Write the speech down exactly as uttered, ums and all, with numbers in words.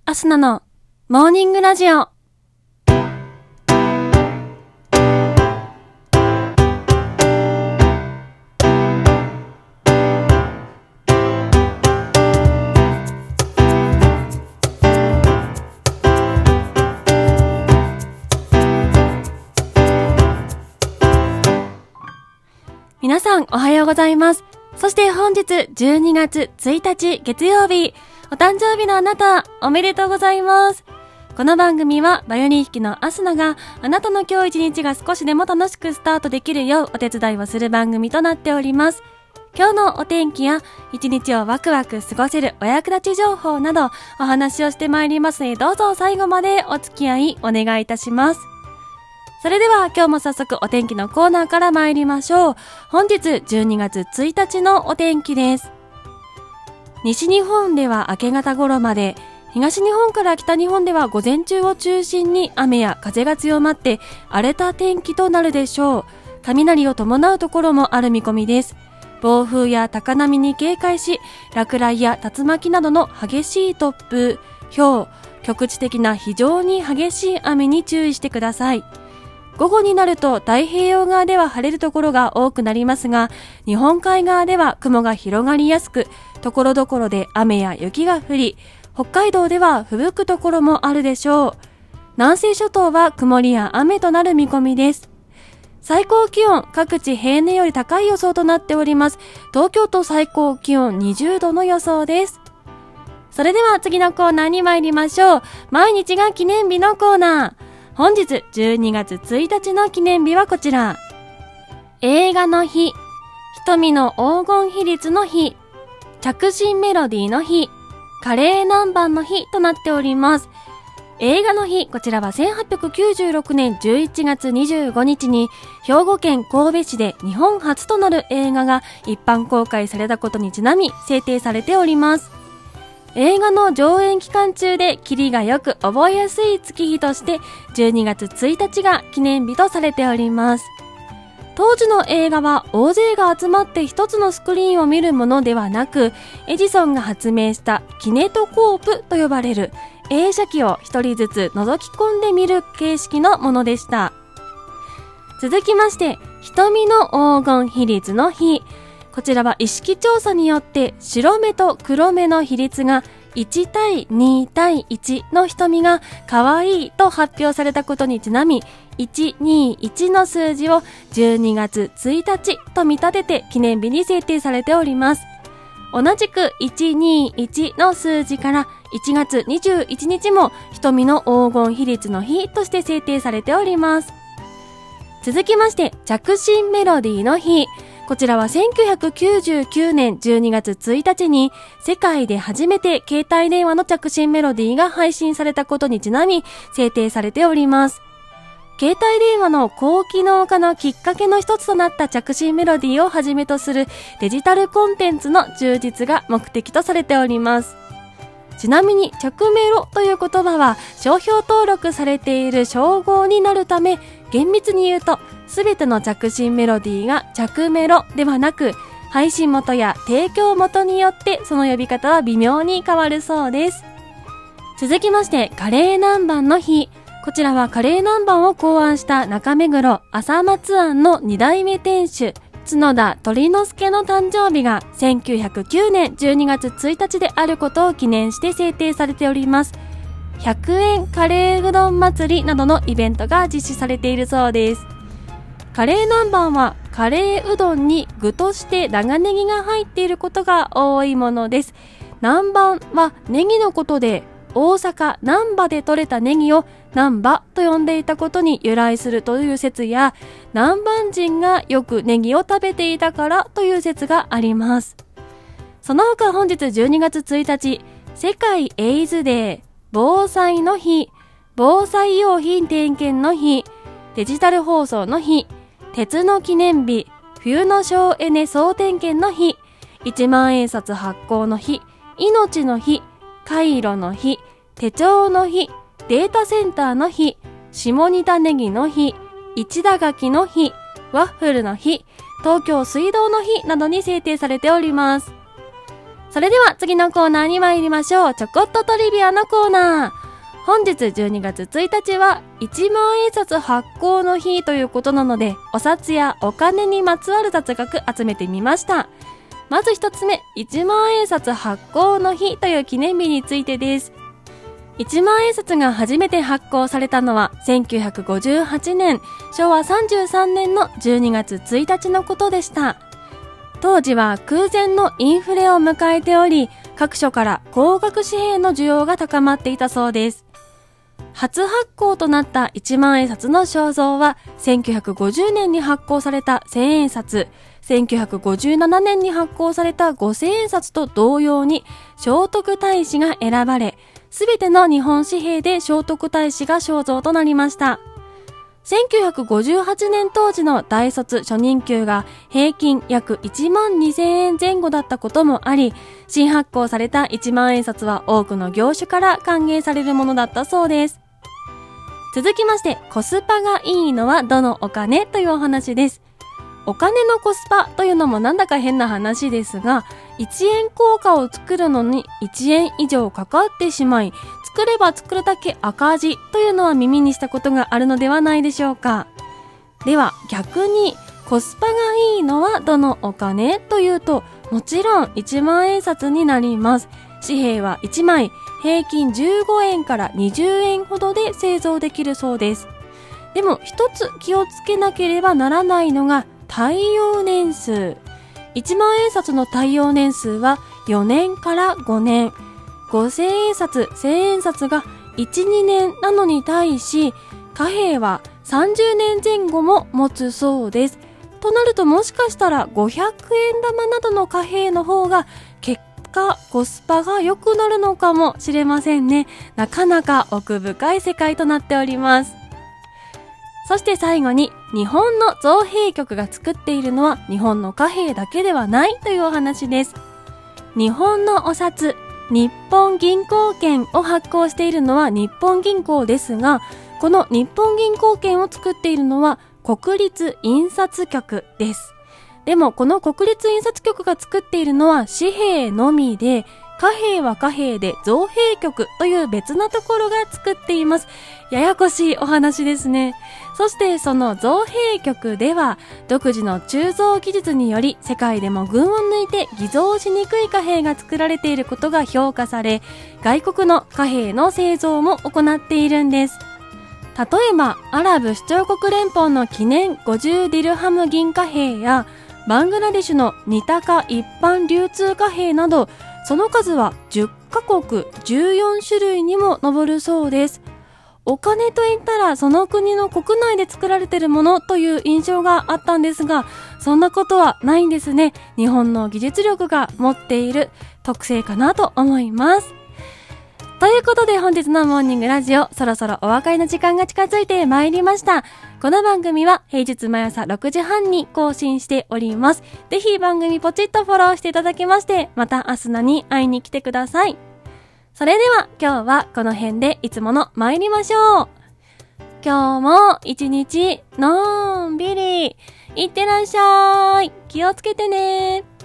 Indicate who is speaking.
Speaker 1: アスナのモーニングラジオ。皆さんおはようございます。そして本日じゅうにがつついたち月曜日、お誕生日のあなたおめでとうございます。この番組はバイオリン弾きのアスナがあなたの今日一日が少しでも楽しくスタートできるようお手伝いをする番組となっております。今日のお天気や一日をワクワク過ごせるお役立ち情報などお話をしてまいりますので、どうぞ最後までお付き合いお願いいたします。それでは今日も早速お天気のコーナーから参りましょう。本日じゅうにがつついたちのお天気です。西日本では明け方頃まで、東日本から北日本では午前中を中心に雨や風が強まって荒れた天気となるでしょう。雷を伴うところもある見込みです。暴風や高波に警戒し、落雷や竜巻などの激しい突風、雹、局地的な非常に激しい雨に注意してください。午後になると太平洋側では晴れるところが多くなりますが、日本海側では雲が広がりやすく、ところどころで雨や雪が降り、北海道では吹雪くところもあるでしょう。南西諸島は曇りや雨となる見込みです。最高気温、各地平年より高い予想となっております。東京都最高気温にじゅうどの予想です。それでは次のコーナーに参りましょう。毎日が記念日のコーナー。本日じゅうにがつついたちの記念日はこちら。映画の日、瞳の黄金比率の日、着信メロディーの日、カレー南蛮の日となっております。映画の日、こちらはせんはっぴゃくきゅうじゅうろくねんじゅういちがつにじゅうごにちに兵庫県神戸市で日本初となる映画が一般公開されたことにちなみ制定されております。映画の上映期間中でキリがよく覚えやすい月日としてじゅうにがつついたちが記念日とされております。当時の映画は大勢が集まって一つのスクリーンを見るものではなく、エジソンが発明したキネトコープと呼ばれる映写機を一人ずつ覗き込んで見る形式のものでした。続きまして、瞳の黄金比率の日。こちらは意識調査によって白目と黒目の比率がいちたいにたいいちの瞳が可愛いと発表されたことにちなみ、いちにいちの数字をじゅうにがつついたちと見立てて記念日に制定されております。同じくいちにいちの数字からいちがつにじゅういちにちも瞳の黄金比率の日として制定されております。続きまして、着信メロディーの日。こちらはせんきゅうひゃくきゅうじゅうきゅうねんじゅうにがつついたちに世界で初めて携帯電話の着信メロディーが配信されたことにちなみ制定されております。携帯電話の高機能化のきっかけの一つとなった着信メロディーをはじめとするデジタルコンテンツの充実が目的とされております。ちなみに着メロという言葉は商標登録されている称号になるため、厳密に言うとすべての着信メロディーが着メロではなく、配信元や提供元によってその呼び方は微妙に変わるそうです。続きまして、カレー南蛮の日。こちらはカレー南蛮を考案した中目黒朝松庵のにだいめ店主角田鳥之助の誕生日がせんきゅうひゃくきゅうねんじゅうにがつついたちであることを記念して制定されております。ひゃくえんカレーうどん祭りなどのイベントが実施されているそうです。カレー南蛮はカレーうどんに具として長ネギが入っていることが多いものです。南蛮はネギのことで、大阪難波で採れたネギを難波と呼んでいたことに由来するという説や、南蛮人がよくネギを食べていたからという説があります。その他本日じゅうにがつついたち、世界エイズデー、防災の日、防災用品点検の日、デジタル放送の日、鉄の記念日、冬の省エネ総点検の日、いちまんえんさつ発行の日、命の日、カイロの日、手帳の日、データセンターの日、下仁田ネギの日、市田柿の日、ワッフルの日、東京水道の日などに制定されております。 それでは次のコーナーに参りましょう。ちょこっとトリビアのコーナー。本日じゅうにがつついたちはいちまんえんさつ発行の日ということなので、お札やお金にまつわる雑学集めてみました。まず一つ目、いちまんえんさつ発行の日という記念日についてです。いちまんえんさつが初めて発行されたのはせんきゅうひゃくごじゅうはちねん、しょうわさんじゅうさんねんのじゅうにがつついたちのことでした。当時は空前のインフレを迎えており、各所から高額紙幣の需要が高まっていたそうです。初発行となったいちまんえんさつの肖像はせんきゅうひゃくごじゅうねんに発行されたせんえんさつ、せんきゅうひゃくごじゅうななねんに発行されたごせんえんさつと同様に聖徳太子が選ばれ、すべての日本紙幣で聖徳太子が肖像となりました。せんきゅうひゃくごじゅうはちねん当時の大卒初任給が平均約いちまんにせんえんぜん後だったこともあり、新発行されたいちまんえんさつは多くの業種から歓迎されるものだったそうです。続きまして、コスパがいいのはどのお金というお話です。お金のコスパというのもなんだか変な話ですが、いちえん硬貨を作るのにいちえん以上かかってしまい、作れば作るだけ赤字というのは耳にしたことがあるのではないでしょうか。では逆にコスパがいいのはどのお金というと、もちろんいちまんえんさつになります。紙幣はいちまい平均じゅうごえんからにじゅうえんほどで製造できるそうです。でも一つ気をつけなければならないのが耐用年数。いちまんえんさつの耐用年数はよねんからごねん。ごせんえんさつ、せんえんさつがいち、にねんなのに対し、貨幣はさんじゅうねんぜん後も持つそうです。となるともしかしたらごひゃくえんだまなどの貨幣の方が結果コスパが良くなるのかもしれませんね。なかなか奥深い世界となっております。そして最後に、日本の造幣局が作っているのは日本の貨幣だけではないというお話です。日本のお札、日本銀行券を発行しているのは日本銀行ですが、この日本銀行券を作っているのは国立印刷局です。でもこの国立印刷局が作っているのは紙幣のみで、貨幣は貨幣で造幣局という別なところが作っています。ややこしいお話ですね。そしてその造幣局では独自の鋳造技術により世界でも群を抜いて偽造しにくい貨幣が作られていることが評価され、外国の貨幣の製造も行っているんです。例えばアラブ首長国連邦の記念ごじゅうディルハム銀貨幣やバングラデシュのニタカ一般流通貨幣など、その数はじゅっかこくじゅうよんしゅるいにも上るそうです。お金といったらその国の国内で作られているものという印象があったんですが、そんなことはないんですね。日本の技術力が持っている特性かなと思います。ということで本日のモーニングラジオ、そろそろお別れの時間が近づいてまいりました。この番組は平日毎朝ろくじはんに更新しております。ぜひ番組ポチッとフォローしていただきまして、また明日のに会いに来てください。それでは今日はこの辺でいつもの参りましょう。今日も一日のんびりいってらっしゃい。気をつけてね。